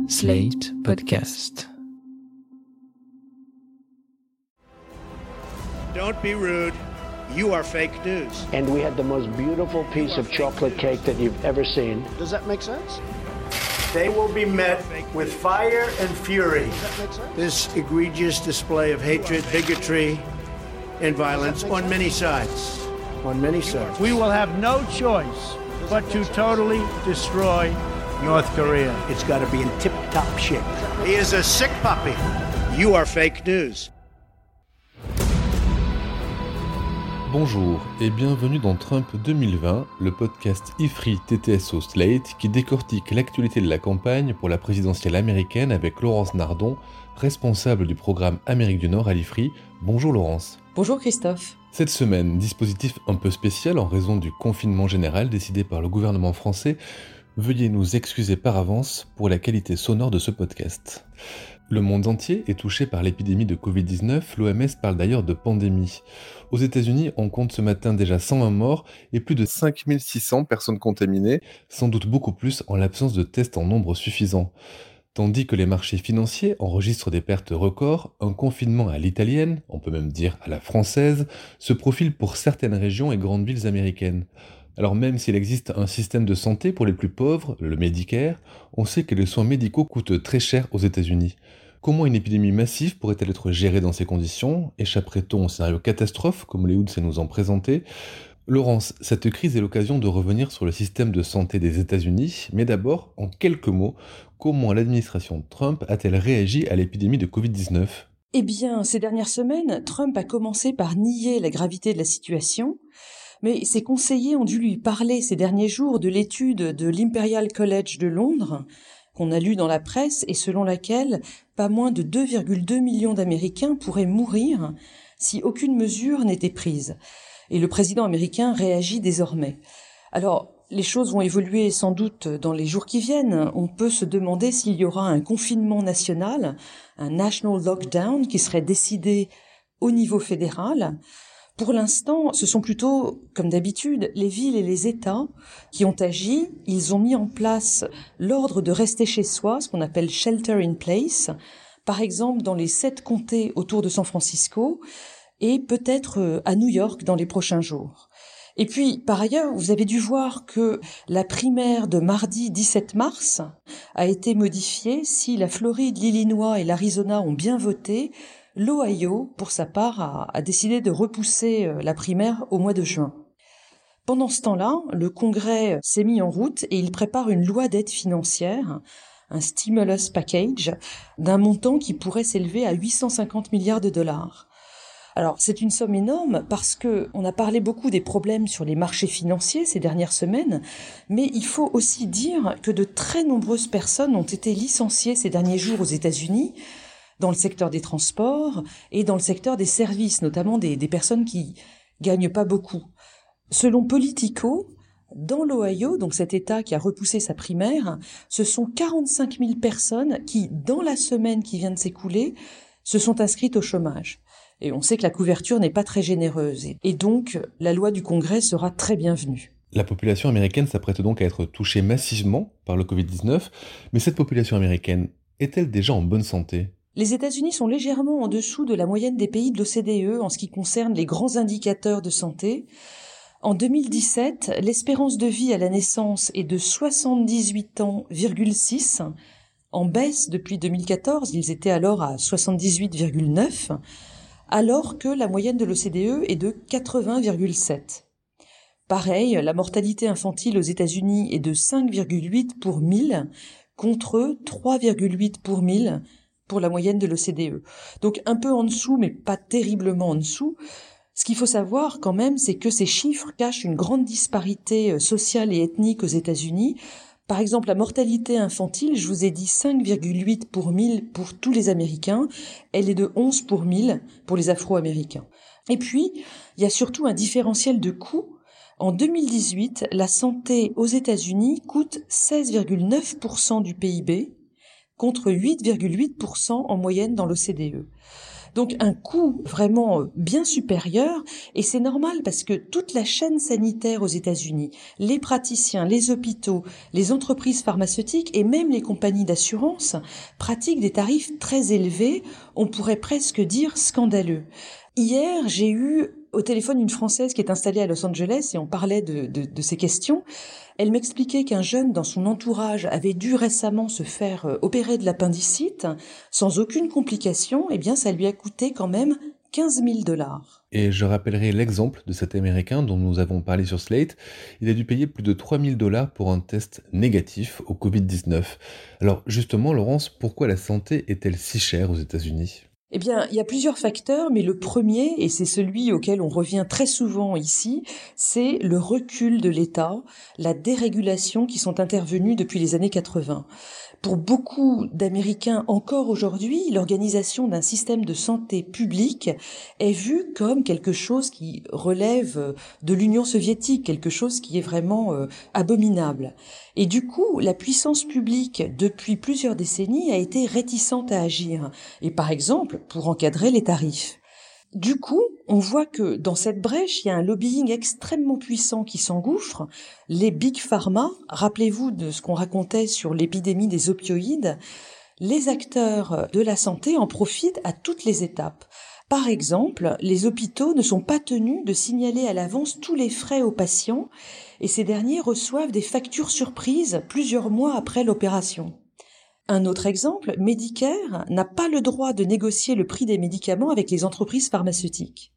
Slate Podcast. Don't be rude. You are fake news. And we had the most beautiful piece of chocolate cake that you've ever seen. Does that make sense? They will be met with fire and fury. This egregious display of hatred, bigotry, and violence on many sides. On many sides. We will have no choice but to totally destroy North Korea. It's got to be in tip-top shape. He is a sick puppy. You are fake news. Bonjour et bienvenue dans Trump 2020, le podcast IFRI TTSO Slate qui décortique l'actualité de la campagne pour la présidentielle américaine avec Laurence Nardon, responsable du programme Amérique du Nord à l'IFRI. Bonjour Laurence. Bonjour Christophe. Cette semaine, dispositif un peu spécial en raison du confinement général décidé par le gouvernement français. Veuillez nous excuser par avance pour la qualité sonore de ce podcast. Le monde entier est touché par l'épidémie de Covid-19, l'OMS parle d'ailleurs de pandémie. Aux États-Unis, on compte ce matin déjà 101 morts et plus de 5600 personnes contaminées, sans doute beaucoup plus en l'absence de tests en nombre suffisant. Tandis que les marchés financiers enregistrent des pertes records, un confinement à l'italienne, on peut même dire à la française, se profile pour certaines régions et grandes villes américaines. Alors même s'il existe un système de santé pour les plus pauvres, le Medicare, on sait que les soins médicaux coûtent très cher aux États-Unis. Comment une épidémie massive pourrait-elle être gérée dans ces conditions ? Échapperait-on au scénario catastrophe, comme Hollywood sait nous en présenter ? Laurence, cette crise est l'occasion de revenir sur le système de santé des États-Unis, mais d'abord, en quelques mots, comment l'administration Trump a-t-elle réagi à l'épidémie de Covid-19 ? Eh bien, ces dernières semaines, Trump a commencé par nier la gravité de la situation, mais ses conseillers ont dû lui parler ces derniers jours de l'étude de l'Imperial College de Londres, qu'on a lue dans la presse et selon laquelle pas moins de 2,2 millions d'Américains pourraient mourir si aucune mesure n'était prise. Et le président américain réagit désormais. Alors, les choses vont évoluer sans doute dans les jours qui viennent. On peut se demander s'il y aura un confinement national, un national lockdown qui serait décidé au niveau fédéral. Pour l'instant, ce sont plutôt, comme d'habitude, les villes et les États qui ont agi. Ils ont mis en place l'ordre de rester chez soi, ce qu'on appelle shelter in place, par exemple dans les 7 comtés autour de San Francisco et peut-être à New York dans les prochains jours. Et puis, par ailleurs, vous avez dû voir que la primaire de mardi 17 mars a été modifiée. Si la Floride, l'Illinois et l'Arizona ont bien voté, l'Ohio, pour sa part, a décidé de repousser la primaire au mois de juin. Pendant ce temps-là, le Congrès s'est mis en route et il prépare une loi d'aide financière, un stimulus package, d'un montant qui pourrait s'élever à 850 milliards de dollars. Alors, c'est une somme énorme parce que on a parlé beaucoup des problèmes sur les marchés financiers ces dernières semaines, mais il faut aussi dire que de très nombreuses personnes ont été licenciées ces derniers jours aux États-Unis, dans le secteur des transports et dans le secteur des services, notamment des personnes qui gagnent pas beaucoup. Selon Politico, dans l'Ohio, donc cet État qui a repoussé sa primaire, ce sont 45 000 personnes qui, dans la semaine qui vient de s'écouler, se sont inscrites au chômage. Et on sait que la couverture n'est pas très généreuse. Et donc, la loi du Congrès sera très bienvenue. La population américaine s'apprête donc à être touchée massivement par le Covid-19, mais cette population américaine est-elle déjà en bonne santé ? Les États-Unis sont légèrement en dessous de la moyenne des pays de l'OCDE en ce qui concerne les grands indicateurs de santé. En 2017, l'espérance de vie à la naissance est de 78 ans,6, en baisse depuis 2014, ils étaient alors à 78,9, alors que la moyenne de l'OCDE est de 80,7. Pareil, la mortalité infantile aux États-Unis est de 5,8 pour 1000, contre 3,8 pour 1000 pour la moyenne de l'OCDE. Donc un peu en dessous, mais pas terriblement en dessous. Ce qu'il faut savoir quand même, c'est que ces chiffres cachent une grande disparité sociale et ethnique aux États-Unis. Par exemple, la mortalité infantile, je vous ai dit 5,8 pour 1000 pour tous les Américains, elle est de 11 pour 1000 pour les Afro-Américains. Et puis, il y a surtout un différentiel de coûts. En 2018, la santé aux États-Unis coûte 16,9% du PIB, contre 8,8% en moyenne dans l'OCDE. Donc un coût vraiment bien supérieur, et c'est normal parce que toute la chaîne sanitaire aux États-Unis, les praticiens, les hôpitaux, les entreprises pharmaceutiques et même les compagnies d'assurance pratiquent des tarifs très élevés, on pourrait presque dire scandaleux. Hier, j'ai eu au téléphone une Française qui est installée à Los Angeles et on parlait de ces questions. Elle m'expliquait qu'un jeune dans son entourage avait dû récemment se faire opérer de l'appendicite sans aucune complication. Eh bien, ça lui a coûté quand même $15,000. Et je rappellerai l'exemple de cet Américain dont nous avons parlé sur Slate. Il a dû payer plus de $3,000 pour un test négatif au Covid-19. Alors justement, Laurence, pourquoi la santé est-elle si chère aux États-Unis ? Eh bien, il y a plusieurs facteurs, mais le premier, et c'est celui auquel on revient très souvent ici, c'est le recul de l'État, la dérégulation qui sont intervenues depuis les années 80. Pour beaucoup d'Américains encore aujourd'hui, l'organisation d'un système de santé publique est vue comme quelque chose qui relève de l'Union soviétique, quelque chose qui est vraiment abominable. Et du coup, la puissance publique, depuis plusieurs décennies, a été réticente à agir, et par exemple pour encadrer les tarifs. Du coup, on voit que dans cette brèche, il y a un lobbying extrêmement puissant qui s'engouffre. Les big pharma, rappelez-vous de ce qu'on racontait sur l'épidémie des opioïdes, les acteurs de la santé en profitent à toutes les étapes. Par exemple, les hôpitaux ne sont pas tenus de signaler à l'avance tous les frais aux patients et ces derniers reçoivent des factures surprises plusieurs mois après l'opération. Un autre exemple, Medicare n'a pas le droit de négocier le prix des médicaments avec les entreprises pharmaceutiques.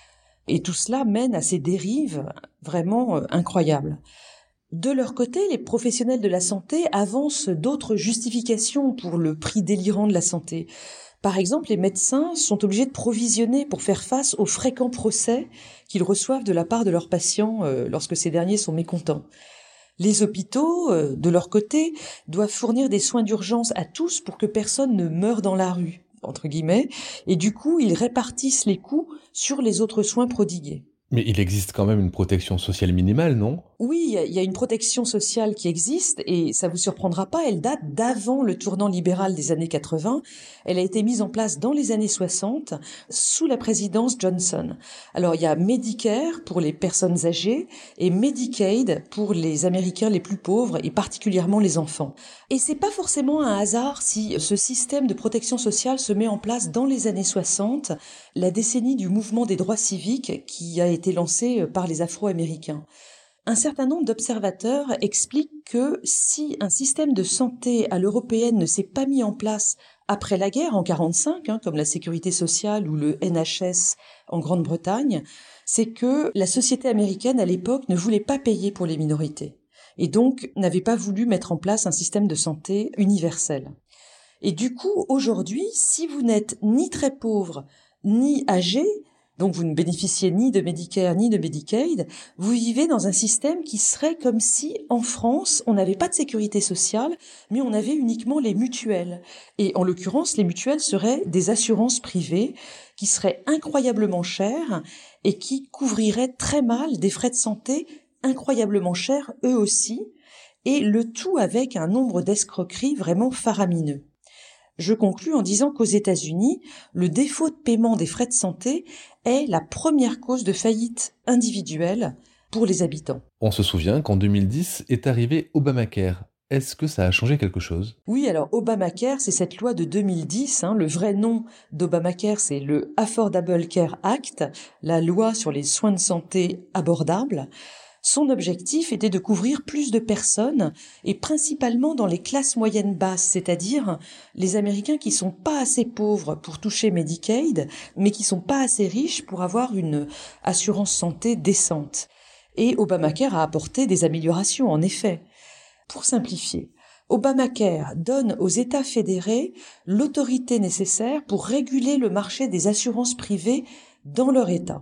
Et tout cela mène à ces dérives vraiment incroyables. De leur côté, les professionnels de la santé avancent d'autres justifications pour le prix délirant de la santé. Par exemple, les médecins sont obligés de provisionner pour faire face aux fréquents procès qu'ils reçoivent de la part de leurs patients lorsque ces derniers sont mécontents. Les hôpitaux, de leur côté, doivent fournir des soins d'urgence à tous pour que personne ne meure dans la rue, entre guillemets, et du coup, ils répartissent les coûts sur les autres soins prodigués. Mais il existe quand même une protection sociale minimale, non ? Oui, il y a une protection sociale qui existe et ça vous surprendra pas, elle date d'avant le tournant libéral des années 80. Elle a été mise en place dans les années 60 sous la présidence Johnson. Alors il y a Medicare pour les personnes âgées et Medicaid pour les Américains les plus pauvres et particulièrement les enfants. Et c'est pas forcément un hasard si ce système de protection sociale se met en place dans les années 60, la décennie du mouvement des droits civiques qui a été lancé par les Afro-Américains. Un certain nombre d'observateurs expliquent que si un système de santé à l'européenne ne s'est pas mis en place après la guerre en 1945, comme la sécurité sociale ou le NHS en Grande-Bretagne, c'est que la société américaine à l'époque ne voulait pas payer pour les minorités et donc n'avait pas voulu mettre en place un système de santé universel. Et du coup, aujourd'hui, si vous n'êtes ni très pauvre ni âgé, donc vous ne bénéficiez ni de Medicare ni de Medicaid, vous vivez dans un système qui serait comme si, en France, on n'avait pas de sécurité sociale, mais on avait uniquement les mutuelles. Et en l'occurrence, les mutuelles seraient des assurances privées qui seraient incroyablement chères et qui couvriraient très mal des frais de santé incroyablement chers eux aussi, et le tout avec un nombre d'escroqueries vraiment faramineux. Je conclus en disant qu'aux États-Unis, le défaut de paiement des frais de santé est la première cause de faillite individuelle pour les habitants. On se souvient qu'en 2010 est arrivé Obamacare. Est-ce que ça a changé quelque chose ? Oui, alors Obamacare, c'est cette loi de 2010. Le vrai nom d'Obamacare, c'est le Affordable Care Act, la loi sur les soins de santé abordables. Son objectif était de couvrir plus de personnes et principalement dans les classes moyennes basses, c'est-à-dire les Américains qui sont pas assez pauvres pour toucher Medicaid, mais qui sont pas assez riches pour avoir une assurance santé décente. Et Obamacare a apporté des améliorations, en effet. Pour simplifier, Obamacare donne aux États fédérés l'autorité nécessaire pour réguler le marché des assurances privées dans leur État.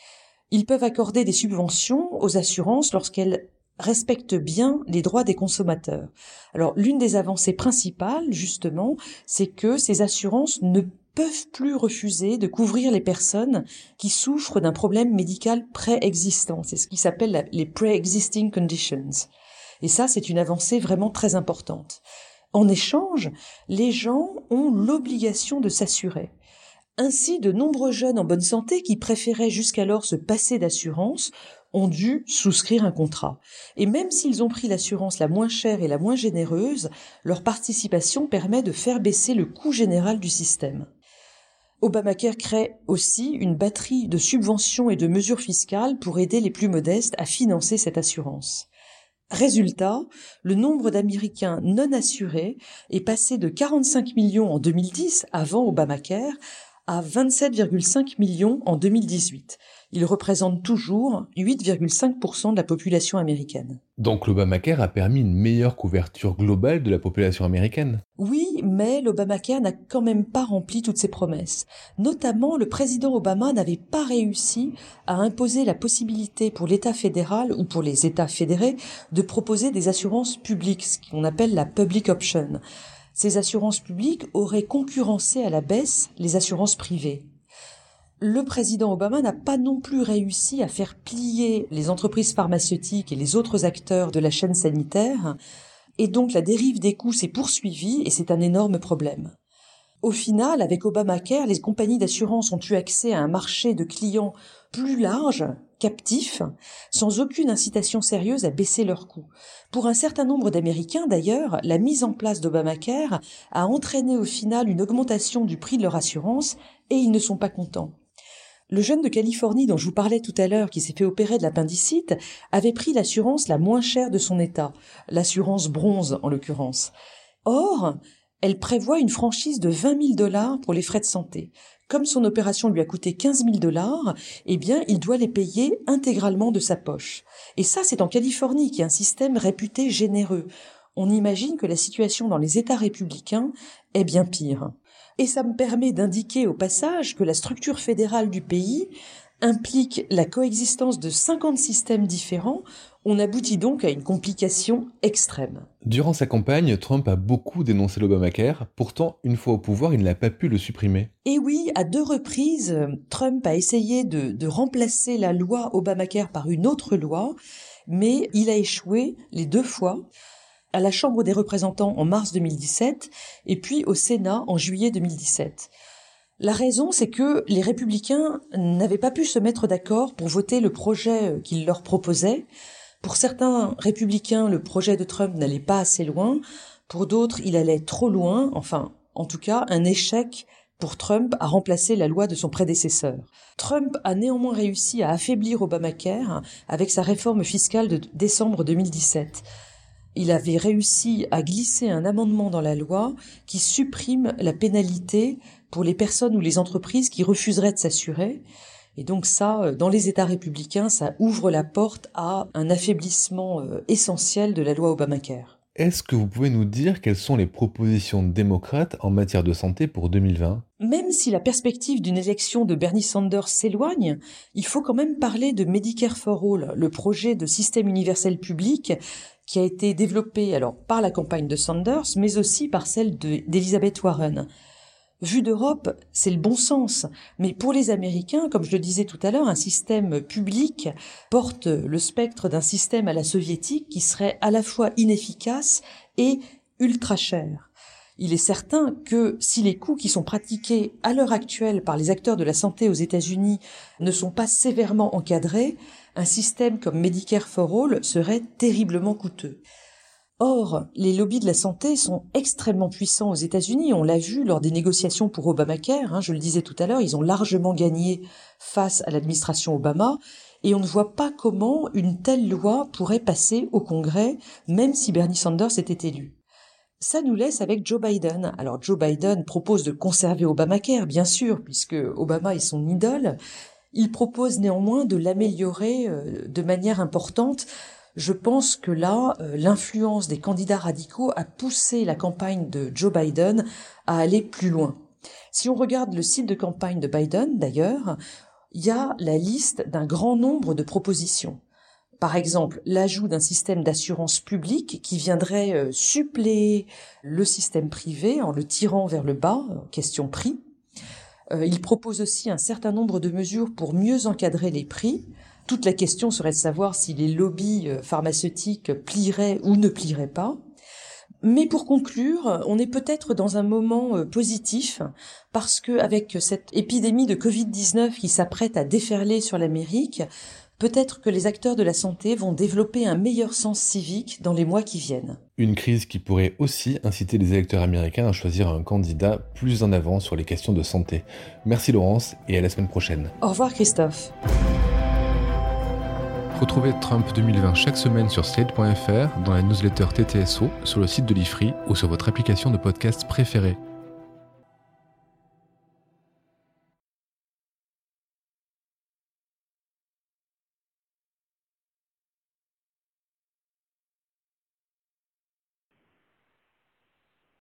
Ils peuvent accorder des subventions aux assurances lorsqu'elles respectent bien les droits des consommateurs. Alors, l'une des avancées principales, justement, c'est que ces assurances ne peuvent plus refuser de couvrir les personnes qui souffrent d'un problème médical préexistant. C'est ce qui s'appelle les pre-existing conditions. Et ça, c'est une avancée vraiment très importante. En échange, les gens ont l'obligation de s'assurer. Ainsi, de nombreux jeunes en bonne santé qui préféraient jusqu'alors se passer d'assurance ont dû souscrire un contrat. Et même s'ils ont pris l'assurance la moins chère et la moins généreuse, leur participation permet de faire baisser le coût général du système. Obamacare crée aussi une batterie de subventions et de mesures fiscales pour aider les plus modestes à financer cette assurance. Résultat, le nombre d'Américains non assurés est passé de 45 millions en 2010, avant Obamacare, à 27,5 millions en 2018. Il représente toujours 8,5% de la population américaine. Donc l'Obamacare a permis une meilleure couverture globale de la population américaine. Oui, mais l'Obamacare n'a quand même pas rempli toutes ses promesses. Notamment, le président Obama n'avait pas réussi à imposer la possibilité pour l'État fédéral ou pour les États fédérés de proposer des assurances publiques, ce qu'on appelle la public option. Ces assurances publiques auraient concurrencé à la baisse les assurances privées. Le président Obama n'a pas non plus réussi à faire plier les entreprises pharmaceutiques et les autres acteurs de la chaîne sanitaire, et donc la dérive des coûts s'est poursuivie et c'est un énorme problème. Au final, avec Obamacare, les compagnies d'assurance ont eu accès à un marché de clients plus large, captif, sans aucune incitation sérieuse à baisser leurs coûts. Pour un certain nombre d'Américains, d'ailleurs, la mise en place d'Obamacare a entraîné au final une augmentation du prix de leur assurance et ils ne sont pas contents. Le jeune de Californie dont je vous parlais tout à l'heure, qui s'est fait opérer de l'appendicite, avait pris l'assurance la moins chère de son état, l'assurance bronze en l'occurrence. Or, elle prévoit une franchise de $20 000 pour les frais de santé. Comme son opération lui a coûté $15 000, eh bien, il doit les payer intégralement de sa poche. Et ça, c'est en Californie, qui est un système réputé généreux. On imagine que la situation dans les États républicains est bien pire. Et ça me permet d'indiquer au passage que la structure fédérale du pays implique la coexistence de 50 systèmes différents. On aboutit donc à une complication extrême. Durant sa campagne, Trump a beaucoup dénoncé l'Obamacare, pourtant, une fois au pouvoir, il n'a pas pu le supprimer. Et oui, à 2 reprises, Trump a essayé de remplacer la loi Obamacare par une autre loi, mais il a échoué les 2 fois, à la Chambre des représentants en mars 2017, et puis au Sénat en juillet 2017. La raison, c'est que les républicains n'avaient pas pu se mettre d'accord pour voter le projet qu'ils leur proposaient. Pour certains républicains, le projet de Trump n'allait pas assez loin. Pour d'autres, il allait trop loin. Enfin, en tout cas, un échec pour Trump à remplacer la loi de son prédécesseur. Trump a néanmoins réussi à affaiblir Obamacare avec sa réforme fiscale de décembre 2017. Il avait réussi à glisser un amendement dans la loi qui supprime la pénalité pour les personnes ou les entreprises qui refuseraient de s'assurer. Et donc ça, dans les États républicains, ça ouvre la porte à un affaiblissement essentiel de la loi Obamacare. Est-ce que vous pouvez nous dire quelles sont les propositions démocrates en matière de santé pour 2020 ? Même si la perspective d'une élection de Bernie Sanders s'éloigne, il faut quand même parler de Medicare for All, le projet de système universel public qui a été développé alors par la campagne de Sanders, mais aussi par celle d'Elizabeth Warren. Vu d'Europe, c'est le bon sens, mais pour les Américains, comme je le disais tout à l'heure, un système public porte le spectre d'un système à la soviétique qui serait à la fois inefficace et ultra cher. Il est certain que si les coûts qui sont pratiqués à l'heure actuelle par les acteurs de la santé aux États-Unis ne sont pas sévèrement encadrés, un système comme Medicare for All serait terriblement coûteux. Or, les lobbies de la santé sont extrêmement puissants aux États-Unis. On l'a vu lors des négociations pour Obamacare, je le disais tout à l'heure, ils ont largement gagné face à l'administration Obama. Et on ne voit pas comment une telle loi pourrait passer au Congrès, même si Bernie Sanders était élu. Ça nous laisse avec Joe Biden. Alors Joe Biden propose de conserver Obamacare, bien sûr, puisque Obama est son idole. Il propose néanmoins de l'améliorer de manière importante. Je pense que là, l'influence des candidats radicaux a poussé la campagne de Joe Biden à aller plus loin. Si on regarde le site de campagne de Biden, d'ailleurs, il y a la liste d'un grand nombre de propositions. Par exemple, l'ajout d'un système d'assurance publique qui viendrait suppléer le système privé en le tirant vers le bas, question prix. Il propose aussi un certain nombre de mesures pour mieux encadrer les prix. Toute la question serait de savoir si les lobbies pharmaceutiques plieraient ou ne plieraient pas. Mais pour conclure, on est peut-être dans un moment positif parce que avec cette épidémie de Covid-19 qui s'apprête à déferler sur l'Amérique, peut-être que les acteurs de la santé vont développer un meilleur sens civique dans les mois qui viennent. Une crise qui pourrait aussi inciter les électeurs américains à choisir un candidat plus en avant sur les questions de santé. Merci Laurence et à la semaine prochaine. Au revoir Christophe. Retrouvez Trump 2020 chaque semaine sur Slate.fr, dans la newsletter TTSO, sur le site de l'IFRI ou sur votre application de podcast préférée.